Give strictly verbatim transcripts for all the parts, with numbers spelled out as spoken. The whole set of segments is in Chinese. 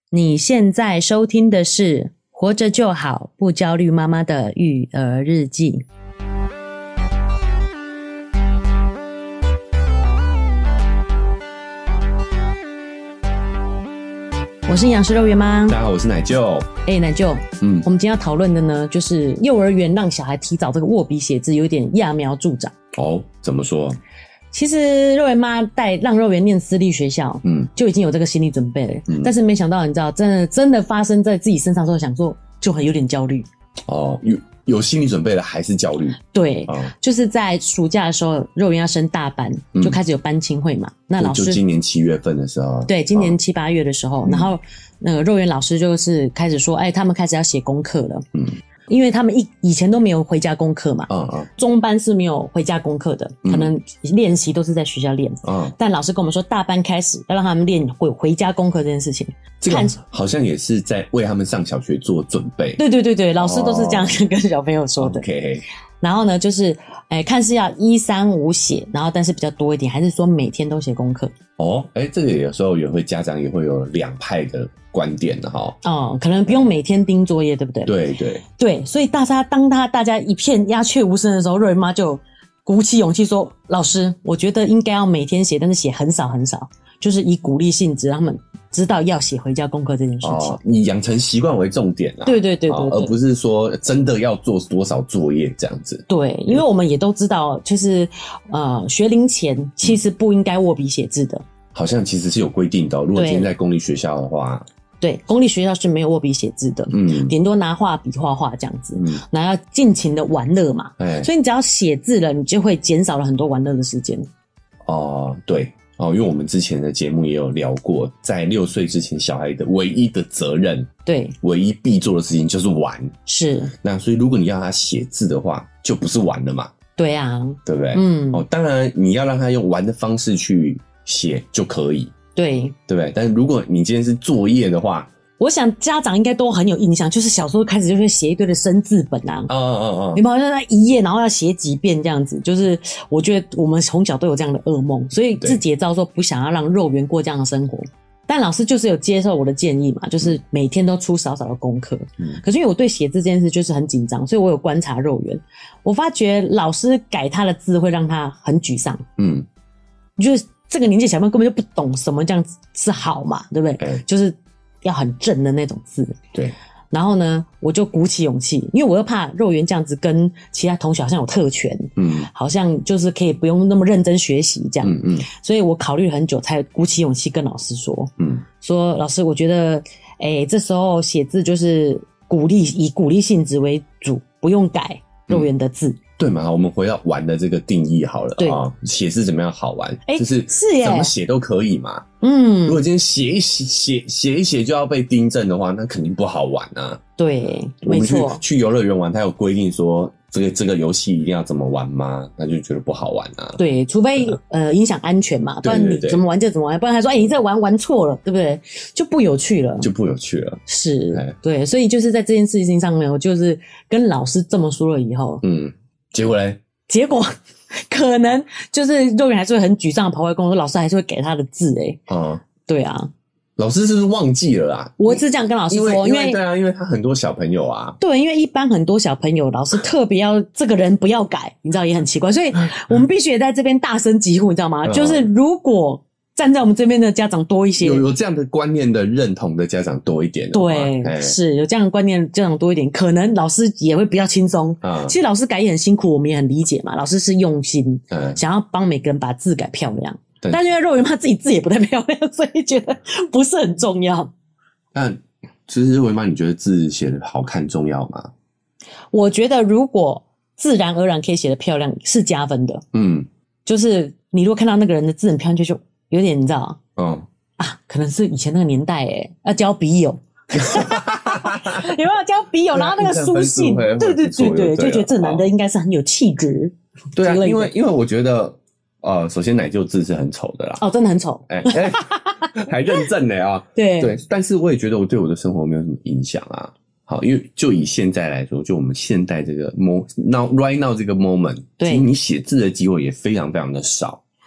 你现在收听的是《活着就好，不焦虑妈妈的育儿日记》。我是营养师肉圆妈， 大家好，我是奶舅。 哎、欸，奶舅， 嗯， 我们今天要讨论的呢，就是幼儿园让小孩提早这个握笔写字，有点揠苗助长。 哦，怎么说？ 其实肉圆妈带让肉圆念私立学校，嗯，就已经有这个心理准备了，嗯，但是没想到，你知道，真的真的发生在自己身上之后，想说就很有点焦虑。 哦，有有心理准备了，还是焦虑？ 对，哦、就是在暑假的时候，肉圆要升大班，嗯、就开始有班亲会嘛。那老师就今年七月份的时候， 对，今年七八月的时候，嗯、然后那个肉圆老师就是开始说，哎，他们开始要写功课了，嗯。因为他们以以前都没有回家功课嘛，嗯嗯，中班是没有回家功课的，可能练习都是在学校练，嗯，但老师跟我们说，大班开始要让他们练回回家功课这件事情， 这个好像也是在为他们上小学做准备。 对对对对，老师都是这样跟小朋友说的。 OK， 然后呢，就是哎，看是要一三五写，然后但是比较多一点，还是说每天都写功课？ 哦，哎，这个有时候也会家长也会有两派的观点的哈。 哦，可能不用每天盯作业，对不对？ 对对对，所以大家当他大家一片鸦雀无声的时候，肉圆妈就鼓起勇气说：“老师，我觉得应该要每天写，但是写很少很少，就是以鼓励性质，让他们知道要写回家功课这件事情。哦， 以养成习惯为重点啊。 对对对 对, 对, 对、 哦，而不是说真的要做多少作业这样子。 对，因为我们也都知道，就是呃，学龄前其实不应该握笔写字的。嗯， 好像其实是有规定的，哦，如果今天在公立学校的话， 对，公立学校是没有握笔写字的，嗯，顶多拿画笔画画这样子，嗯，然后要尽情的玩乐嘛，哎，所以你只要写字了，你就会减少了很多玩乐的时间。 哦，对，哦，因为我们之前的节目也有聊过，在六岁之前，小孩的唯一的责任， 对， 唯一必做的事情就是玩， 是。 那所以如果你要他写字的话，就不是玩了嘛， 对啊， 对不对？ 嗯， 哦，当然你要让他用玩的方式去写就可以。 对， 对不对？但是如果你今天是作业的话， 我想家长应该都很有印象，就是小时候开始就会写一堆的生字本啊，嗯嗯嗯，你们好像在一页，然后要写几遍这样子，就是我觉得我们从小都有这样的噩梦，所以自己也知道说不想要让肉圆过这样的生活。但老师就是有接受我的建议嘛，就是每天都出少少的功课。嗯，可是因为我对写字这件事就是很紧张，所以我有观察肉圆，我发觉老师改他的字会让他很沮丧。嗯，就是这个年纪小朋友根本就不懂什么这样子是好嘛，对不对？欸，就是要很正的那种字。对。然后呢，我就鼓起勇气，因为我又怕肉圆这样子跟其他同学好像有特权，嗯，好像就是可以不用那么认真学习这样，嗯嗯，所以我考虑很久才鼓起勇气跟老师说，嗯，说老师，我觉得，哎，这时候写字就是鼓励，以鼓励性质为主，不用改肉圆的字。嗯， 对嘛，我们回到玩的这个定义好了啊，写字怎么样好玩？哎，就是是耶， 怎么写都可以嘛。嗯，如果今天写一写写写一写就要被订正的话，那肯定不好玩啊。 对，没错。 我们去去游乐园玩，他有规定说这个这个游戏一定要怎么玩吗？那就觉得不好玩啊。 对，除非呃影响安全嘛，不然你怎么玩就怎么玩，不然他说哎，你这玩玩错了，对不对？就不有趣了， 就不有趣了。 是，对，所以就是在这件事情上面，我就是跟老师这么说了以后，嗯。 结果嘞？ 结果可能就是肉圆还是会很沮丧的跑回来跟我说，老师还是会给他的字诶、欸。嗯，对啊， 老师是不是忘记了啦？ 我是这样跟老师说， 因为因为对啊，因为他很多小朋友啊。 对，因为一般很多小朋友，老师特别要这个人不要改，你知道也很奇怪，所以我们必须也在这边大声疾呼，你知道吗？嗯、就是如果站在我们这边的家长多一些， 有有这样的观念的认同的家长多一点， 对，是有这样的观念的家长多一点，可能老师也会比较轻松。嗯，其实老师改也很辛苦，我们也很理解嘛。老师是用心，嗯，想要帮每个人把字改漂亮，但因为肉圆妈自己字也不太漂亮，所以觉得不是很重要。 但其实肉圆妈，你觉得字写得好看重要吗？ 我觉得如果自然而然可以写得漂亮，是加分的。嗯，就是你如果看到那个人的字很漂亮，就有点你知道，嗯啊，可能是以前那个年代诶，要交笔友，有没有交笔友？然后那个书信，对对对对，就觉得这男的应该是很有气质。 对啊，因为因为我觉得，呃，首先奶舅字是很丑的啦， 哦，真的很丑， 哎哎，还认证呢啊， 对对，但是我也觉得我对我的生活没有什么影响啊。好，因为就以现在来说，就我们现在这个 mo now right now 这个 moment， 对，你写字的机会也非常非常的少。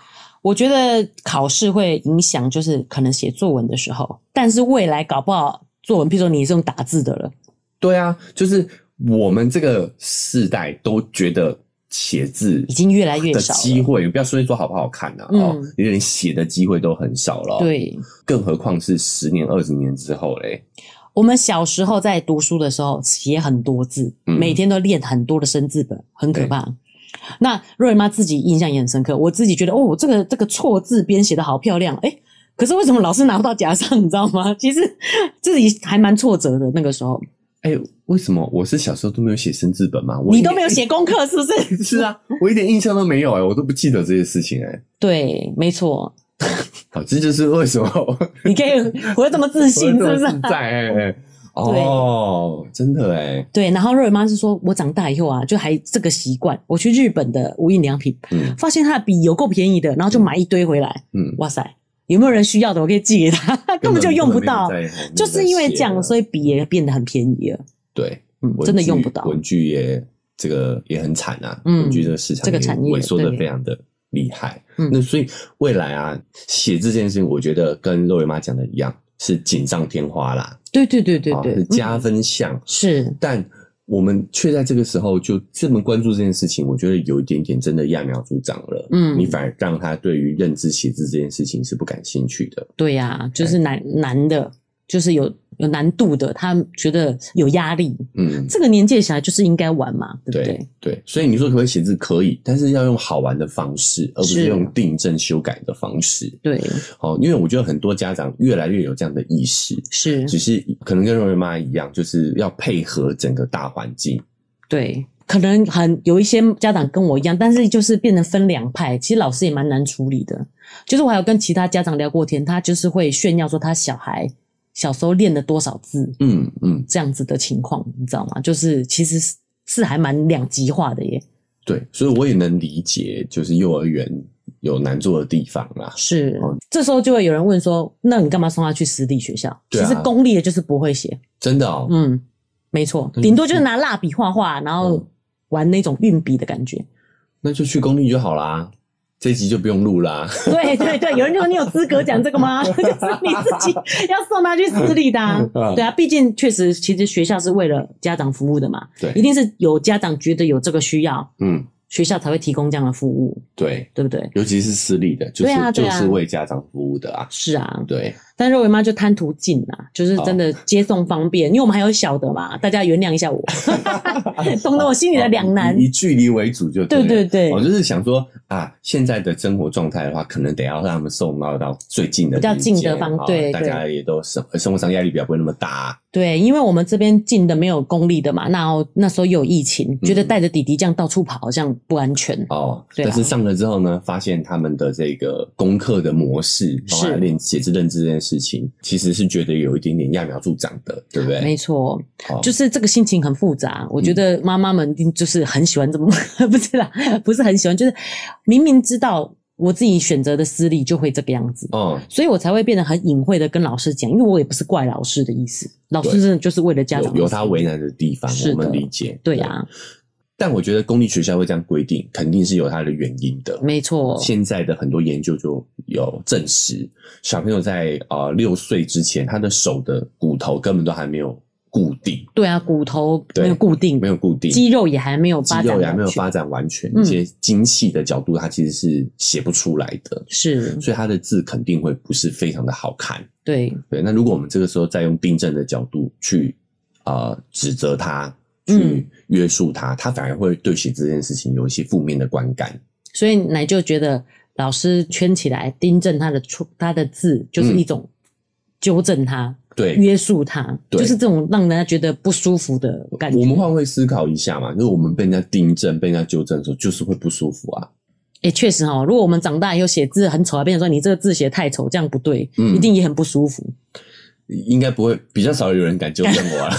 我觉得考试会影响，就是可能写作文的时候，但是未来搞不好作文，譬如说你是用打字的了。 对啊，就是我们这个世代都觉得写字已经越来越少了， 机会不要说说好不好看啊，嗯、哦，你连写的机会都很少了。 对， 更何况是十年、二十年之后嘞。 我们小时候在读书的时候写很多字，嗯、每天都练很多的生字本，很可怕。那瑞妈自己印象也很深刻，我自己觉得哦，这个这个错字边写得好漂亮，诶可是为什么老师拿不到夹上，你知道吗？其实自己还蛮挫折的那个时候。 哎、欸，为什么我是小时候都没有写生字本吗？我你都没有写功课是不是？ 是啊，我一点印象都没有哎、欸，我都不记得这些事情哎、欸。 对，没错。 好，这就是为什么你可以活得这么自信，是不是？ 自在哎哎。哦，真的哎。 对，然后瑞妈是说，我长大以后啊，就还这个习惯。我去日本的无印良品，嗯，发现它的笔有够便宜的，然后就买一堆回来。嗯，哇塞。有没有人需要的？我可以寄给他，根本就用不到，就是因为这样，所以笔也变得很便宜了。 对， 嗯，真的用不到。 文具也这个也很惨啊，嗯、文具这个市场这个产业萎缩的非常的厉害。嗯，那所以未来啊，写字这件事情，我觉得跟肉圆妈讲的一样，是锦上添花啦。 对对对对对， 是加分项、嗯、 是， 但。我们却在这个时候就这么关注这件事情，我觉得有一点点真的揠苗助长了。嗯，你反而让他对于认字写字这件事情是不感兴趣的。 对呀、啊，就是难难的，就是有有难度的，他觉得有压力。嗯，这个年纪小孩就是应该玩嘛，对不对？ 对，对，所以你说可不可以写字？可以，但是要用好玩的方式，而不是用订正修改的方式。 对， 哦，因为我觉得很多家长越来越有这样的意识， 是， 只是可能跟肉圆妈一样，就是要配合整个大环境。 对，可能很有一些家长跟我一样，但是就是变成分两派。其实老师也蛮难处理的。就是我还有跟其他家长聊过天，他就是会炫耀说他小孩小时候练了多少字，嗯嗯，这样子的情况，你知道吗？就是其实是是还蛮两极化的耶。 对，所以我也能理解，就是幼儿园有难做的地方啦。 是，嗯、这时候就会有人问说，那你干嘛送他去私立学校？对啊、其实公立的就是不会写， 真的哦。 嗯，没错，顶多就是拿蜡笔画画，然后玩那种运笔的感觉。 那就去公立就好啦。这一集就不用录啦、啊。 对对对，有人就说你有资格讲这个吗？就是你自己要送他去私立的啊。对啊，毕竟确实，其实学校是为了家长服务的嘛。对，一定是有家长觉得有这个需要，嗯，学校才会提供这样的服务。 对， 对不对？ 尤其是私立的，就是、 对啊对啊、 就是为家长服务的啊。 是啊， 对。 但肉圆妈就贪图近啊，就是真的接送方便，因为我们还有小的嘛，大家原谅一下我，懂得我心里的两难。 以距离为主就对了。 对对对， 我就是想说啊，现在的生活状态的话，可能得要让他们送到到最近的比较近的方，对， 大家也都生生活上压力比较不会那么大。 对，因为我们这边近的没有公立的嘛，那那时候又有疫情，觉得带着弟弟这样到处跑好像不安全。 哦，对、啊。但是上了之后呢，发现他们的这个功课的模式，包括练写字认字这件事情，其实是觉得有一点点揠苗助长的，对不对？ 没错，就是这个心情很复杂。我觉得妈妈们一定就是很喜欢这么，不是啦，不是很喜欢，就是明明知道我自己选择的私立就会这个样子，嗯，所以我才会变得很隐晦的跟老师讲，因为我也不是怪老师的意思，老师真的就是为了家长有有他为难的地方，我们理解， 对啊。 但我觉得公立学校会这样规定，肯定是有它的原因的。 没错， 现在的很多研究就有证实，小朋友在呃六岁之前，他的手的骨头根本都还没有固定。 对啊，骨头没有固定， 没有固定， 肌肉也还没有发展完全， 肌肉也还没有发展完全，嗯、一些精细的角度，它其实是写不出来的。是，所以他的字肯定会不是非常的好看。对对，那如果我们这个时候再用订正的角度去呃指责他。去约束他、嗯、他反而会对写这件事情有一些负面的观感，所以奶就觉得老师圈起来订正他的他的字就是一种纠正他、嗯、对，约束他，就是这种让人家觉得不舒服的感觉。我们换位思考一下嘛，就是我们被人家订正被人家纠正的时候就是会不舒服啊。诶、欸、确实齁，如果我们长大以后写字很丑，变成说你这个字写太丑，这样不对、嗯、一定也很不舒服。应该不会，比较少有人敢纠正我了。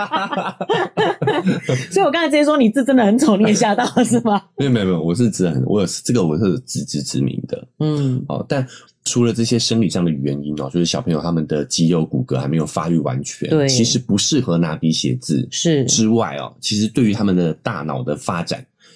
所以我刚才直接说你字真的很丑，你也吓到了是吗？没有没有没有，我是指很，我有这个我是有自知之明的。嗯，哦，但除了这些生理上的原因哦，就是小朋友他们的肌肉骨骼还没有发育完全，对，其实不适合拿笔写字是之外哦，其实对于他们的大脑的发展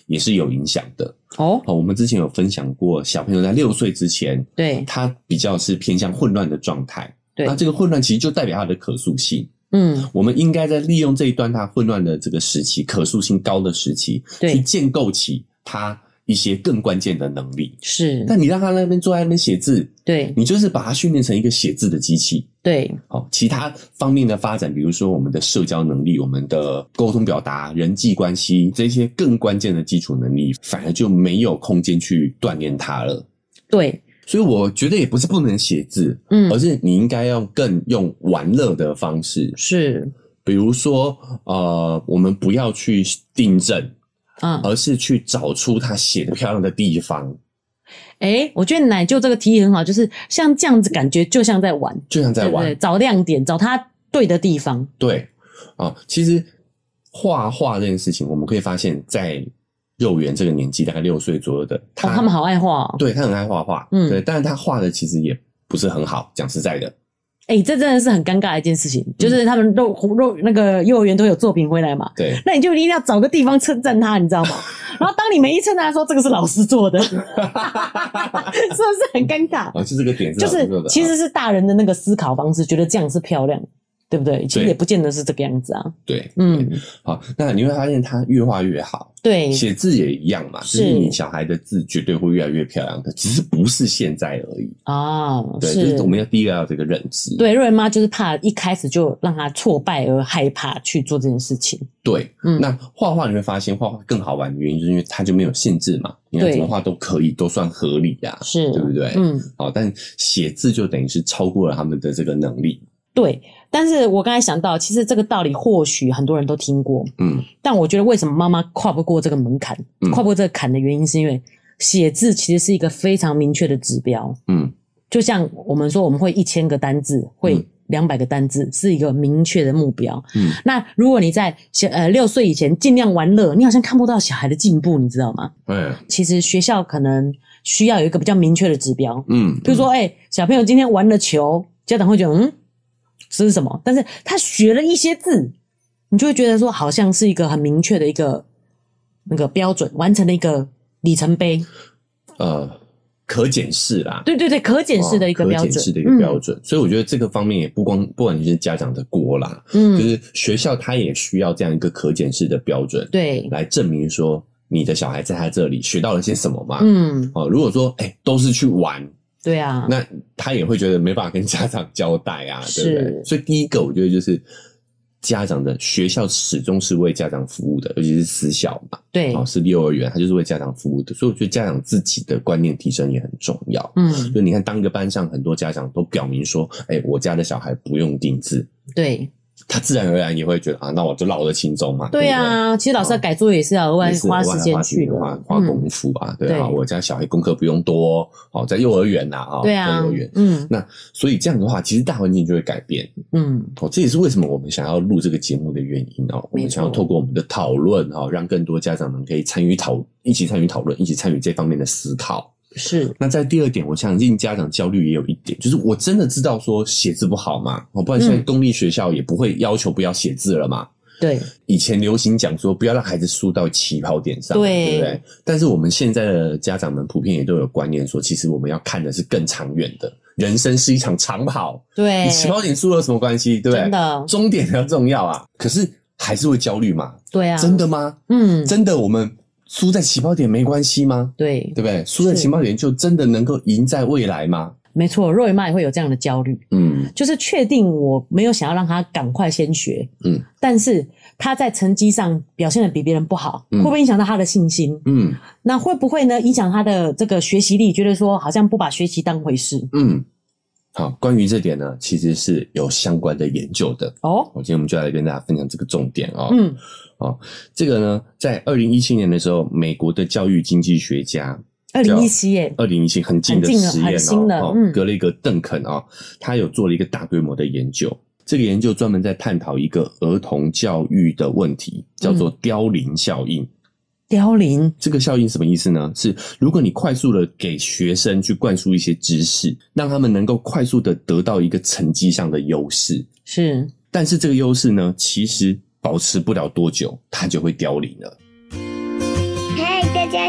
也是有影响的。哦，我们之前有分享过，小朋友在六岁之前，对，他比较是偏向混乱的状态。对，那这个混乱其实就代表他的可塑性。嗯，我们应该在利用这一段他混乱的这个时期，可塑性高的时期，去建构起他一些更关键的能力。是，但你让他那边坐在那边写字，对，你就是把他训练成一个写字的机器。对，好，其他方面的发展，比如说我们的社交能力、我们的沟通表达、人际关系这些更关键的基础能力，反而就没有空间去锻炼它了。对。所以我觉得也不是不能写字，嗯，而是你应该要更用玩乐的方式，是，比如说呃，我们不要去订正，嗯，而是去找出他写的漂亮的地方。诶，我觉得奶就这个提议很好，就是像这样子感觉就像在玩，就像在玩，对对，找亮点，找他对的地方。对啊，其实画画这件事情，我们可以发现在幼儿园这个年纪，大概六岁左右的他、哦，他们好爱画、哦，对，他很爱画画，嗯，对，但是他画的其实也不是很好，讲实在的。诶、欸、这真的是很尴尬的一件事情，嗯、就是他们都都那个幼儿园都有作品回来嘛，对，那你就一定要找个地方称赞他，你知道吗？然后当你每一称赞他说这个是老师做的，是不是很尴尬？哦，就这个点是老师做的，就是其实是大人的那个思考方式，觉得这样是漂亮。对不对？其实也不见得是这个样子啊。对，嗯，好，那你会发现他越画越好。对，写字也一样嘛，是就是你小孩的字绝对会越来越漂亮的，只是不是现在而已啊。对，是就是我们要第一个要有这个认知。对，瑞文妈就是怕一开始就让他挫败而害怕去做这件事情。对，嗯，那画画你会发现画画更好玩的原因，就是因为它就没有限制嘛，你要怎么画都可以，都算合理啊，是，对不对？嗯，好，但写字就等于是超过了他们的这个能力。对，但是我刚才想到，其实这个道理或许很多人都听过，嗯，但我觉得为什么妈妈跨不过这个门槛，嗯、跨不过这个坎的原因，是因为写字其实是一个非常明确的指标，嗯，就像我们说我们会一千个单字，会两百个单字，是一个明确的目标，嗯，那如果你在小呃六岁以前尽量玩乐，你好像看不到小孩的进步，你知道吗？对，其实学校可能需要有一个比较明确的指标，嗯，比如说，哎、欸，小朋友今天玩了球，家长会觉得，嗯。这是什么？但是他学了一些字，你就会觉得说好像是一个很明确的一个那个标准，完成了一个里程碑。呃，可检视啦。对对对，可检视的一个标准，可检视的一个标准。嗯、所以我觉得这个方面也不光不管是家长的锅啦，嗯，就是学校他也需要这样一个可检视的标准，对，来证明说你的小孩在他这里学到了些什么嘛。嗯，哦，如果说哎、欸、都是去玩。对啊，那他也会觉得没办法跟家长交代啊，对不对？所以第一个我觉得就是家长的学校始终是为家长服务的，尤其是私校嘛，对，哦，是幼儿园，它就是为家长服务的，所以我觉得家长自己的观念提升也很重要。嗯，所以你看，当一个班上很多家长都表明说，哎、欸，我家的小孩不用订字，对。他自然而然也会觉得啊，那我就落得轻松嘛。对啊，对对其实老师要改作业也是要额外花时间去的，花花功夫啊，嗯、对啊。我家小孩功课不用多，哦，在幼儿园呐，啊，对啊，在幼儿园，嗯，那所以这样的话，其实大环境就会改变，嗯，哦，这也是为什么我们想要录这个节目的原因哦。我们想要透过我们的讨论哦，让更多家长们可以参与讨，一起参与讨论，一起参与这方面的思考。是，那在第二点，我相信家长焦虑也有一点，就是我真的知道说写字不好嘛，不然现在公立学校也不会要求不要写字了嘛。对，以前流行讲说不要让孩子输到起跑点上，对，对不对？但是我们现在的家长们普遍也都有观念说，其实我们要看的是更长远的，人生是一场长跑，对，你起跑点输了有什么关系，对不对？真的，终点要重要啊。可是还是会焦虑嘛？对啊，真的吗？嗯，真的我们。输在起跑点没关系吗？对，对不对？输在起跑点就真的能够赢在未来吗？没错，若雨妈也会有这样的焦虑，嗯，就是确定我没有想要让他赶快先学，嗯，但是他在成绩上表现的比别人不好，嗯、会不会影响到他的信心？嗯，那会不会呢影响他的这个学习力？觉得说好像不把学习当回事？嗯。好，关于这点呢，其实是有相关的研究的哦。今天我们就来跟大家分享这个重点哦。嗯，哦，这个呢，在二零一七年的时候，美国的教育经济学家，二零一七耶，二零一七很近的实验哦，嗯、格雷格邓肯哦，他有做了一个大规模的研究。这个研究专门在探讨一个儿童教育的问题，叫做凋零效应。凋零这个效应什么意思呢？是如果你快速的给学生去灌输一些知识，让他们能够快速的得到一个成绩上的优势，是，但是这个优势呢，其实保持不了多久，它就会凋零了。嘿，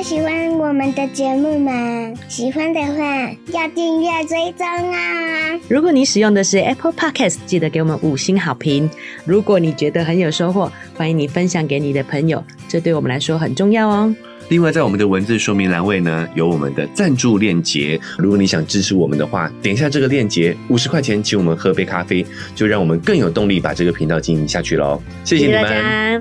喜欢我们的节目吗？喜欢的话要订阅追踪啊！ 如果你使用的是 Apple Podcast， 记得给我们五星好评。如果你觉得很有收获，欢迎你分享给你的朋友，这对我们来说很重要哦。 另外在我们的文字说明栏位呢，有我们的赞助链接，如果你想支持我们的话，点一下这个链接，五十块钱请我们喝杯咖啡，就让我们更有动力把这个频道经营下去咯。谢谢你们，谢谢大家。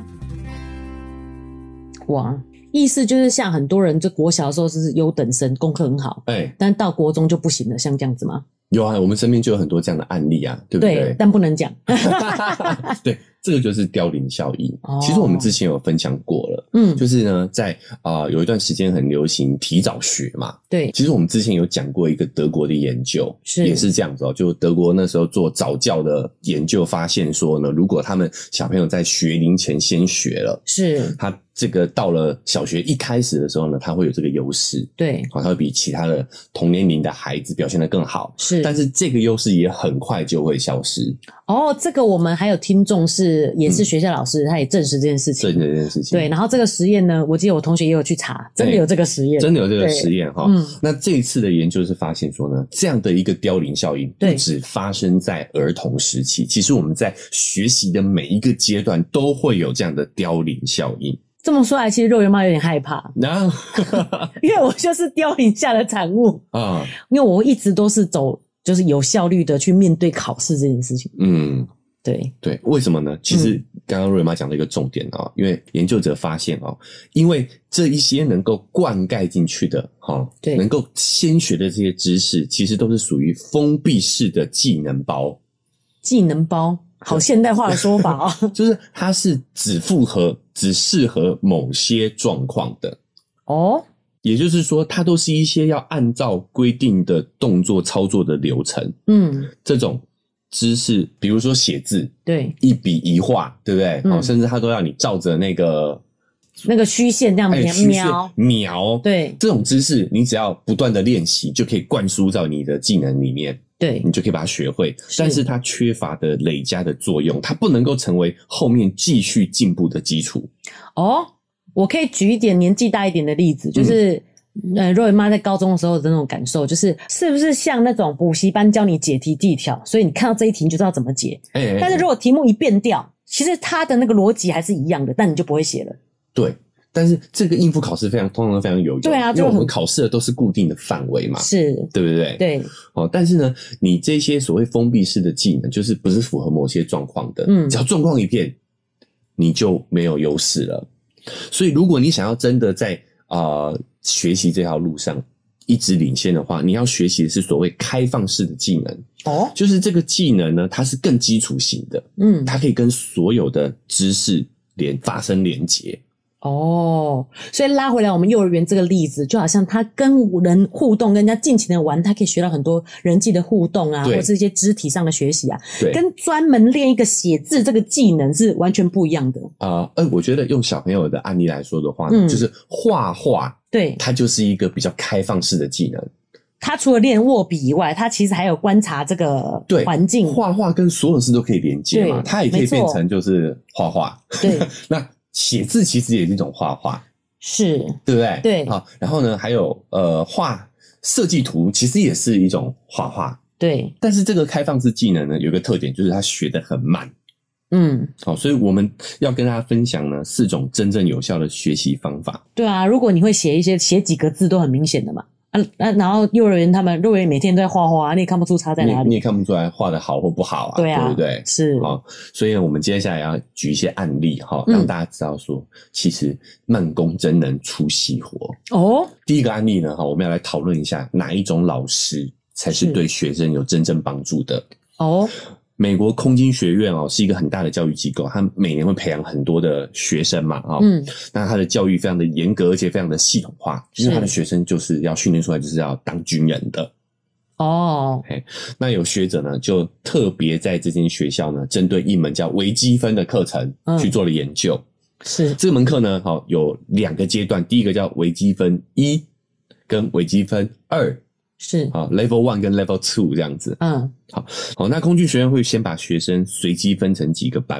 哇，意思就是像很多人就国小的时候是优等生，功课很好， 欸、 但到国中就不行了，像这样子吗？ 有啊，我们身边就有很多这样的案例啊，对不对？ 对，但不能讲。 对，这个就是凋零效应。哦、其实我们之前有分享过了，嗯，就是呢，在啊、呃、有一段时间很流行提早学嘛， 对。 其实我们之前有讲过一个德国的研究，是也是这样子哦，就德国那时候做早教的研究发现说呢，如果他们小朋友在学龄前先学了， 是他这个到了小学一开始的时候呢，他会有这个优势， 对， 好，他会比其他的同年龄的孩子表现得更好， 是。 但是这个优势也很快就会消失。 哦，这个我们还有听众是也是学校老师，嗯、他也证实这件事情， 证实这件事情。 对，然后这个实验呢，我记得我同学也有去查，真的有这个实验， 真的有这个实验哈。嗯，那这一次的研究是发现说呢，这样的一个凋零效应不只发生在儿童时期，其实我们在学习的每一个阶段都会有这样的凋零效应。 这么说来，其实肉圆妈有点害怕，因为我就是凋零下的产物啊。因为我一直都是走就是有效率的去面对考试这件事情。嗯，对对，为什么呢？其实刚刚肉圆妈讲了一个重点哦，因为研究者发现哦，因为这一些能够灌溉进去的哈，对，能够先学的这些知识，其实都是属于封闭式的技能包。 技能包。好现代化的说法哦， 就是它是只符合、只适合某些状况的哦。也就是说，它都是一些要按照规定的动作操作的流程。嗯，这种知识，比如说写字， 对， 一笔一画，对不对？嗯、哦，甚至它都要你照着那个那个虚线这样描、欸、 描描。对，这种知识你只要不断的练习，就可以灌输到你的技能里面。对，你就可以把它学会，是但是它缺乏的累加的作用，它不能够成为后面继续进步的基础。 哦，我可以举一点年纪大一点的例子，就是、嗯、呃，肉圆妈在高中的时候的那种感受，就是是不是像那种补习班教你解题技巧，所以你看到这一题你就知道怎么解。欸欸欸但是如果题目一变掉，其实它的那个逻辑还是一样的，但你就不会写了。 对。但是这个应付考试非常通常非常有用， 对啊， 因为我们考试的都是固定的范围嘛， 是， 对不对？ 对， 哦，但是呢，你这些所谓封闭式的技能，就是不是符合某些状况的，嗯，只要状况一变，你就没有优势了。所以，如果你想要真的在啊、呃、学习这条路上一直领先的话，你要学习的是所谓开放式的技能。哦，就是这个技能呢，它是更基础型的，嗯，它可以跟所有的知识连发生连结。 哦，所以拉回来我们幼儿园这个例子，就好像他跟人互动，跟人家尽情的玩，他可以学到很多人际的互动啊，或者是一些肢体上的学习啊，对，跟专门练一个写字这个技能是完全不一样的。 呃，呃，我觉得用小朋友的案例来说的话呢，嗯、就是画画，对，它就是一个比较开放式的技能。 他除了练握笔以外，他其实还有观察这个环境。 画画跟所有事都可以连接嘛，它也可以变成就是画画。对，那写字其实也是一种画画， 是， 对不对？ 对。 好，然后呢，还有呃画设计图，其实也是一种画画。 对。 但是这个开放式技能呢，有一个特点就是它学得很慢。嗯，好，所以我们要跟大家分享呢四种真正有效的学习方法。 对啊，如果你会写一些写几个字都很明显的嘛。啊啊！然后幼儿园他们幼儿园每天都在画画，你也看不出差在哪里， 你也看不出来画得好或不好啊，对啊，对不对？ 是好，所以我们接下来要举一些案例哈，让大家知道说，嗯、其实慢工真能出细活哦。第一个案例呢，哈，我们要来讨论一下哪一种老师才是对学生有真正帮助的哦。美国空军学院哦是一个很大的教育机构，它每年会培养很多的学生嘛，哦，嗯，那它的教育非常的严格，而且非常的系统化，因为它的学生就是要训练出来就是要当军人的。哦，嘿，那有学者呢就特别在这间学校呢，针对一门叫微积分的课程去做了研究。嗯、是这门课呢，好有两个阶段，第一个叫微积分一跟微积分二。是好 ，Level One 跟 Level Two 这样子。嗯，好，好，那空军学院会先把学生随机分成几个班嘛，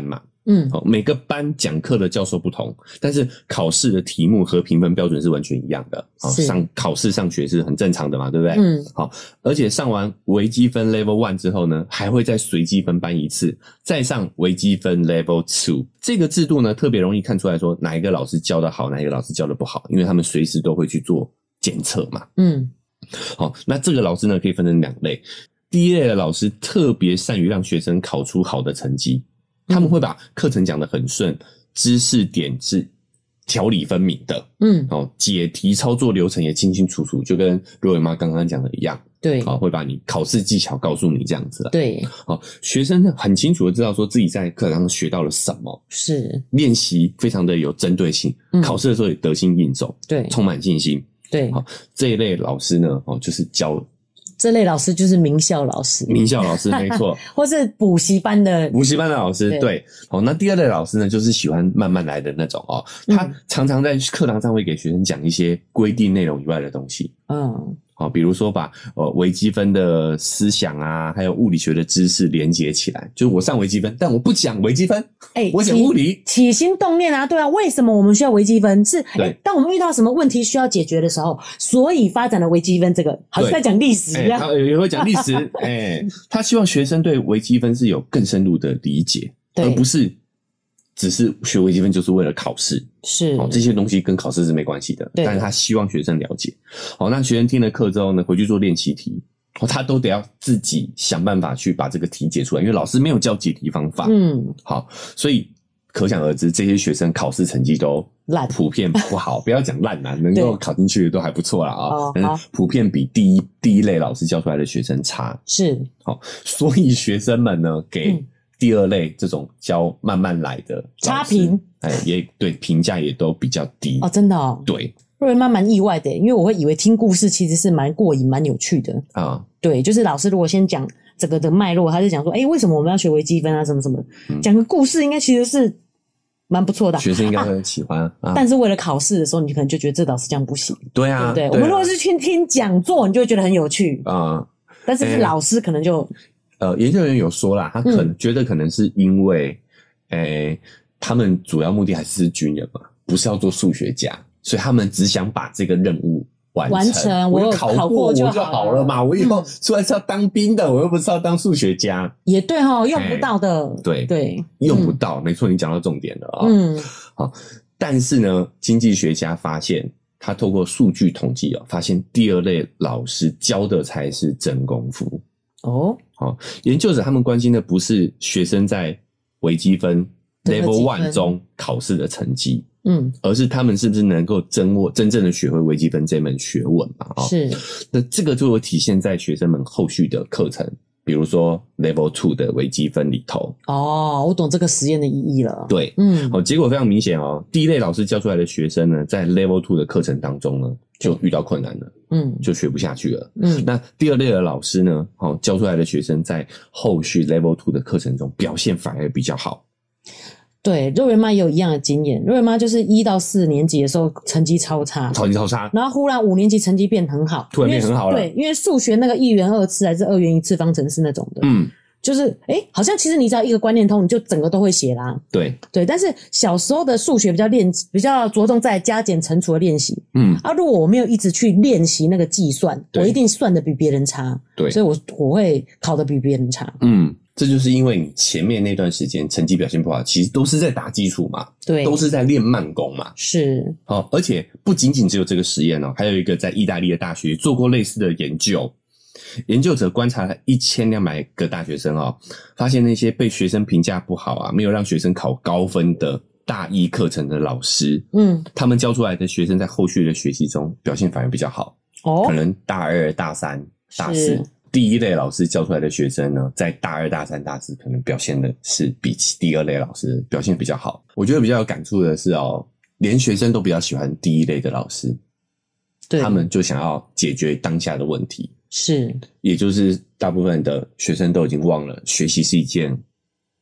嗯，好，每个班讲课的教授不同，但是考试的题目和评分标准是完全一样的。好，上考试上学是很正常的嘛，对不对？嗯，好，而且上完微积分 Level 一 之后呢，还会再随机分班一次，再上微积分 Level 二。这个制度呢，特别容易看出来说哪一个老师教得好，哪一个老师教得不好，因为他们随时都会去做检测嘛。嗯，好，那这个老师呢，可以分成两类。第一类的老师特别善于让学生考出好的成绩。他们会把课程讲得很顺，知识点是条理分明的，嗯，哦，解题操作流程也清清楚楚，就跟若伟妈刚刚讲的一样，对，好，会把你考试技巧告诉你这样子了，对，好，学生很清楚的知道说自己在课堂上学到了什么，是练习非常的有针对性，嗯，考试的时候也得心应手，对，充满信心，对，好，这一类老师呢，哦，就是教。 这类老师就是名校老师， 名校老师没错， 或是补习班的补习班的老师，对，对，好，那第二类老师呢，就是喜欢慢慢来的那种哦，他常常在课堂上会给学生讲一些规定内容以外的东西，嗯。好，比如说把呃微积分的思想啊，还有物理学的知识连结起来。就是我上微积分，但我不讲微积分，哎、欸，我讲物理。 起心动念啊，对啊，为什么我们需要微积分？是哎、欸，当我们遇到什么问题需要解决的时候，所以发展了微积分这个，好像在讲历史一样。 欸、他也会讲历史，哎、欸，他希望学生对微积分是有更深入的理解，而不是。只是学微积分就是为了考试，是哦，这些东西跟考试是没关系的，但是他希望学生了解。好，那学生听了课之后呢，回去做练习题，哦，他都得要自己想办法去把这个题解出来，因为老师没有教解题方法。嗯，好，所以可想而知，这些学生考试成绩都烂，普遍不好。不要讲烂啦，能够考进去的都还不错啦啊、哦，但是普遍比第一第一类老师教出来的学生差。是，好，所以学生们呢给。嗯第二类这种教慢慢来的差评， 哎，也对，评价也都比较低哦，真的哦， 对， 瑞妈蛮意外的，因为我会以为听故事其实是蛮过瘾、蛮有趣的啊。对，就是老师如果先讲整个的脉络，他就讲说，哎、欸，为什么我们要学微积分啊，什么什么，讲、嗯、个故事应该其实是蛮不错的， 学生应该会喜欢、啊啊。但是为了考试的时候，你可能就觉得这老师这样不行， 对啊， 对不对？对啊、我们如果是去听讲座，你就会觉得很有趣啊，但是是老师可能就。欸呃，研究员有说啦，他可能、嗯、觉得可能是因为，诶、欸，他们主要目的还是军人嘛，不是要做数学家，所以他们只想把这个任务完成。 完成， 我有考过我就好了嘛，我以后出来是要当兵的，嗯、我又不是要当数学家。 也对齁，用不到的。欸、 对对， 用不到，嗯、没错，你讲到重点了啊、喔。嗯，好，但是呢，经济学家发现，他透过数据统计哦、喔，发现第二类老师教的才是真功夫。哦，好，研究者他们关心的不是学生在微积分 Level 一 中考试的成绩，嗯，而是他们是不是能够真握真正的学会微积分这门学问嘛？哦，是，那这个就会体现在学生们后续的课程，比如说 Level 二的微积分里头。 哦，我懂这个实验的意义了。 对，嗯，好，结果非常明显哦。第一类老师教出来的学生呢，在 Level 二的课程当中呢，就遇到困难了，嗯，就学不下去了，嗯。那第二类的老师呢，好、哦、教出来的学生在后续 Level 二的课程中表现反而比较好。 对，肉圆妈也有一样的经验。肉圆妈就是一到四年级的时候成绩超差， 成绩超差， 然后忽然五年级成绩变很好， 突然变很好了。 对，因为数学那个一元二次还是二元一次方程式那种的，嗯，就是诶好像其实你只要一个观念通，你就整个都会写啦。对对，但是小时候的数学比较练，比较着重在加减乘除的练习。嗯，啊，如果我没有一直去练习那个计算，我一定算得比别人差。对，所以我我会考得比别人差。 嗯。这就是因为你前面那段时间成绩表现不好，其实都是在打基础嘛，对，都是在练慢功嘛，是。好，而且不仅仅只有这个实验哦，还有一个在意大利的大学做过类似的研究。研究者观察了一千两百个大学生哦，发现那些被学生评价不好啊，没有让学生考高分的大一课程的老师，嗯，他们教出来的学生在后续的学习中表现反而比较好，哦，可能大二、大三、大四。第一类老师教出来的学生呢，在大二、大三、大四可能表现的是比第二类老师表现比较好。我觉得比较有感触的是哦，连学生都比较喜欢第一类的老师，对，他们就想要解决当下的问题，是，也就是大部分的学生都已经忘了学习是一件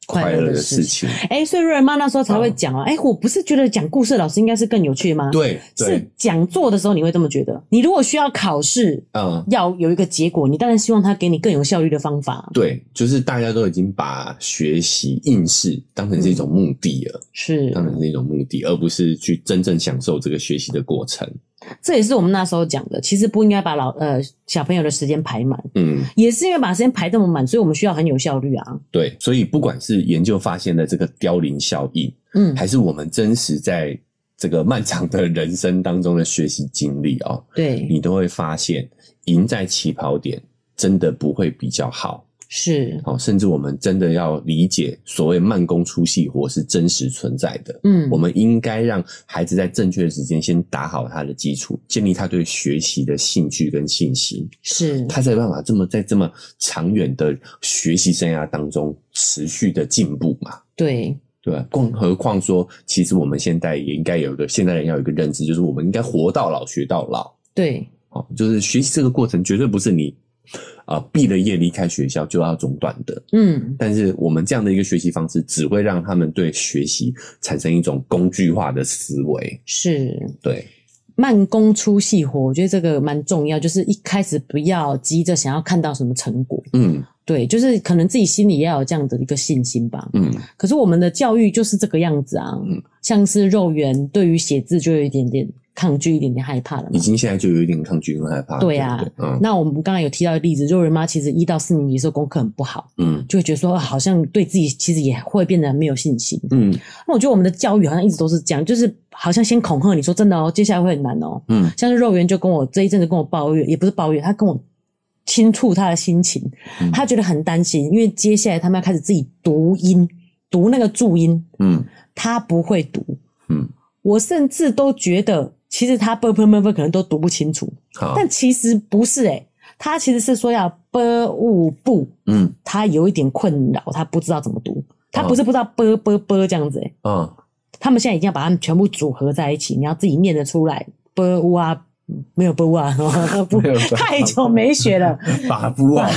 快乐的事情。 哎、欸，所以瑞文妈那时候才会讲啊，哎、欸，我不是觉得讲故事的老师应该是更有趣吗？ 对，对是讲座的时候你会这么觉得。你如果需要考试，嗯，要有一个结果，你当然希望他给你更有效率的方法。 对，就是大家都已经把学习应试当成是一种目的了，嗯、 是当成是一种目的，而不是去真正享受这个学习的过程。 这也是我们那时候讲的，其实不应该把老呃小朋友的时间排满，嗯，也是因为把时间排这么满，所以我们需要很有效率啊。 对，所以不管是研究发现的这个凋零效应，嗯，还是我们真实在这个漫长的人生当中的学习经历哦， 对， 你都会发现，赢在起跑点真的不会比较好。 是， 哦，甚至我们真的要理解所谓慢工出细活是真实存在的。嗯，我们应该让孩子在正确的时间先打好他的基础，建立他对学习的兴趣跟信心， 是他才有办法这么在这么长远的学习生涯当中持续的进步嘛。 对。 对，更何况说，其实我们现在也应该有一个现代人要有一个认知，就是我们应该活到老学到老。 对， 哦，就是学习这个过程绝对不是你啊，毕了业离开学校就要中断的，嗯，但是我们这样的一个学习方式，只会让他们对学习产生一种工具化的思维。 是， 对， 慢工出细活，我觉得这个蛮重要，就是一开始不要急着想要看到什么成果，嗯，对，就是可能自己心里也要有这样的一个信心吧，嗯，可是我们的教育就是这个样子啊，嗯，像是肉圆对于写字就有一点点抗拒，一点点害怕了嘛， 已经现在就有一点抗拒跟害怕。 对啊，对对嗯、那我们刚刚有提到的例子，肉圆妈其实一到四年级的时候功课很不好，嗯，就会觉得说好像对自己其实也会变得没有信心，嗯，那我觉得我们的教育好像一直都是这样，就是好像先恐吓你说真的哦，接下来会很难哦，嗯，像是肉圆就跟我这一阵子跟我抱怨，也不是抱怨，他跟我倾吐他的心情，嗯、他觉得很担心，因为接下来他们要开始自己读音，读那个注音，嗯，他不会读，嗯，我甚至都觉得。其实他 b p m v 可能都读不清楚，但其实不是诶、欸、他其实是说要 b u 不，嗯，他有一点困扰，他不知道怎么读，他不是不知道 b b b 这样子诶、欸、嗯，他们现在已经要把它们全部组合在一起，你要自己念得出来 b u 啊，没有 b u 啊，不太久没学了， 把不啊，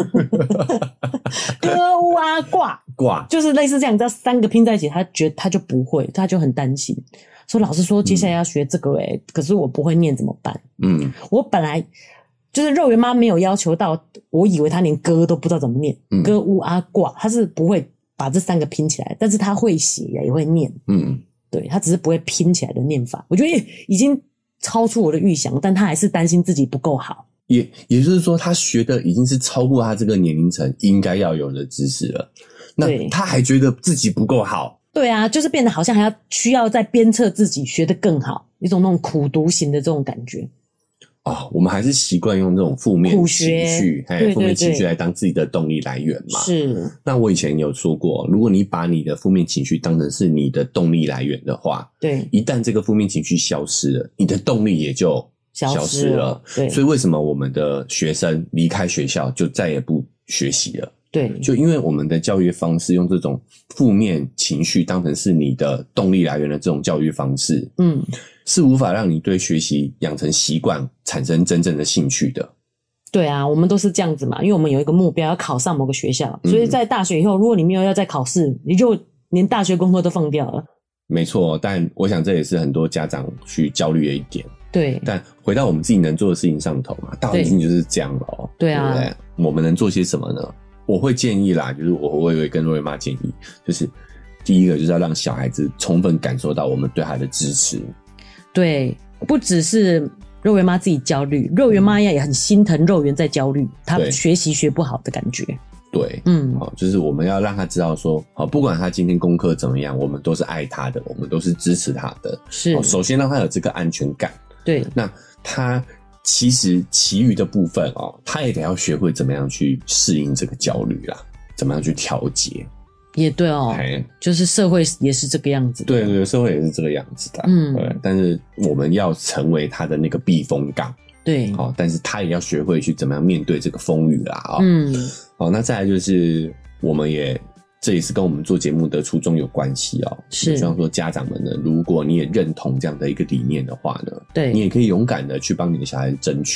歌乌啊挂挂， 就是类似这样，这三个拼在一起，他觉得他就不会，他就很担心。说老师说接下来要学这个诶、欸嗯、可是我不会念怎么办？嗯，我本来就是肉圆妈没有要求到，我以为他连歌都不知道怎么念，嗯、歌乌啊挂，他是不会把这三个拼起来，但是他会写也会念，嗯，对他只是不会拼起来的念法，我觉得已经超出我的预想，但他还是担心自己不够好。 也也就是说，他学的已经是超过他这个年龄层应该要有的知识了，那他还觉得自己不够好。 对啊，就是变得好像还要需要再鞭策自己学得更好，一种那种苦读型的这种感觉。 哦，我们还是习惯用这种负面情绪，哎，负面情绪来当自己的动力来源嘛。 是。 那我以前有说过，如果你把你的负面情绪当成是你的动力来源的话， 对， 一旦这个负面情绪消失了，你的动力也就消失了。 对。 所以为什么我们的学生离开学校就再也不学习了？ 对， 就因为我们的教育方式用这种负面情绪当成是你的动力来源的这种教育方式，嗯，是无法让你对学习养成习惯，产生真正的兴趣的。 对啊，我们都是这样子嘛，因为我们有一个目标要考上某个学校，所以在大学以后，如果你没有要再考试，你就连大学功课都放掉了。 没错，但我想这也是很多家长去焦虑的一点。 对， 但回到我们自己能做的事情上头嘛，大环境就是这样了哦。 对啊， 对不对？我们能做些什么呢？我会建议啦，就是我我也会跟若薇妈建议，就是第一个就是要让小孩子充分感受到我们对他的支持。 对，不只是肉圆妈自己焦虑，肉圆妈也很心疼肉圆在焦虑，他学习学不好的感觉。 对，嗯，好，就是我们要让他知道说，好，不管他今天功课怎么样，我们都是爱他的，我们都是支持他的。 是， 首先让他有这个安全感。 对， 那他。其实其余的部分哦，他也得要学会怎么样去适应这个焦虑啦，怎么样去调节。 也对哦，就是社会也是这个样子的。 对对，社会也是这个样子的。嗯，对。但是我们要成为他的那个避风港。 对。 好，但是他也要学会去怎么样面对这个风雨啦。哦，嗯。好，那再来就是我们也。这也是跟我们做节目的初衷有关系哦。 是， 希望说家长们呢，如果你也认同这样的一个理念的话呢， 对， 你也可以勇敢的去帮你的小孩争取。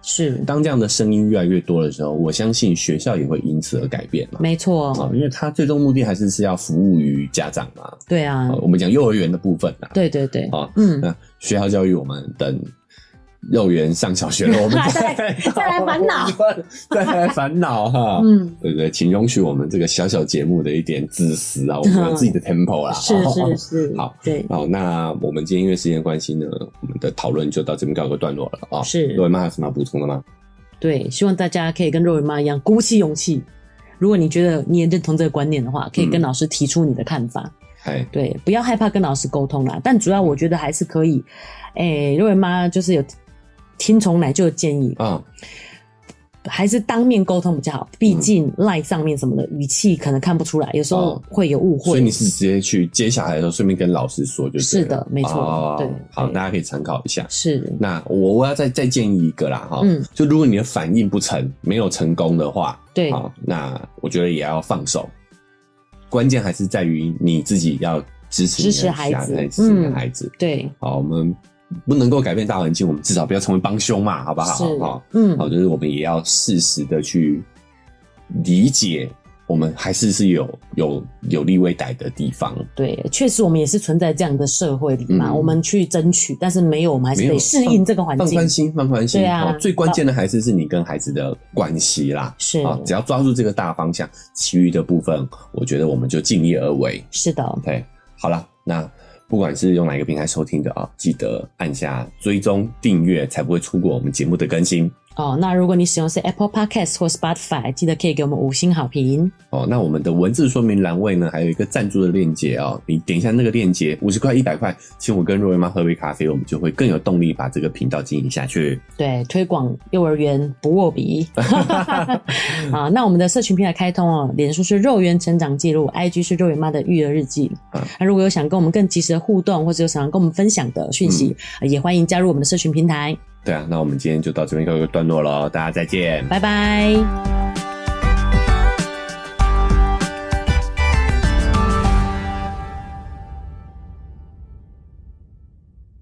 是， 当这样的声音越来越多的时候，我相信学校也会因此而改变嘛。 没错、 哦、因为他最终目的还是是要服务于家长嘛。 对啊、 哦、我们讲幼儿园的部分啊， 对对对、 哦、嗯，那学校教育我们等幼儿园上小学了，我们再再来烦恼， 再来烦恼哈。嗯，对对，请容许我们这个小小节目的一点自私啊，我们有自己的 tempo 啦。 是是是， 好， 对。 好，那我们今天因为时间关系呢，我们的讨论就到这边告一个段落了啊。 是， 肉圆妈有什么要补充的吗？ 对，希望大家可以跟肉圆妈一样鼓起勇气。如果你觉得你也认同这个观念的话，可以跟老师提出你的看法。嗯、对，不要害怕跟老师沟通啦。但主要我觉得还是可以，诶，肉圆妈就是有。听从奶就的建议啊、嗯，还是当面沟通比较好。毕竟 LINE 上面什么的语气可能看不出来，有时候会有误会。 所以你是直接去接小孩的时候，顺便跟老师说就对了。 是的，没错、哦。对， 好，大家可以参考一下。 是。那我我要再再建议一个啦哈，嗯，就如果你的反应不成，没有成功的话， 对， 好，那我觉得也要放手。关键还是在于你自己要支持你的支持孩子， 支持你的孩子。嗯、 对， 好，我们。不能够改变大环境，我们至少不要成为帮凶嘛，好不好？ 好，嗯， 好，就是我们也要适时的去理解，我们还是是有有有利未逮的地方。 对，确实我们也是存在这样的社会里嘛，嗯、我们去争取，但是没有，我们还是得适应这个环境。 放宽心，放宽心。 对啊， 最关键的还是是你跟孩子的关系啦。 是啊，只要抓住这个大方向，其余的部分，我觉得我们就尽力而为。 是的， 对，好了，那。不管是用哪一个平台收听的啊，记得按下追踪订阅，才不会错过我们节目的更新。 哦，那如果你使用是 Apple Podcast 或 Spotify， 记得可以给我们五星好评。 哦，那我们的文字说明栏位呢，还有一个赞助的链接哦，你点一下那个链接，五十块、一百块，请我跟肉圆妈喝杯咖啡，我们就会更有动力把这个频道经营下去。 对，推广幼儿园不握笔。好，那我们的社群平台开通哦，脸书是肉圆成长记录 ，I G 是肉圆妈的育儿日记。嗯、那如果有想跟我们更及时的互动，或者有想要跟我们分享的讯息、嗯，也欢迎加入我们的社群平台。 对啊，那我们今天就到这边告一个段落了，大家再见， 拜拜。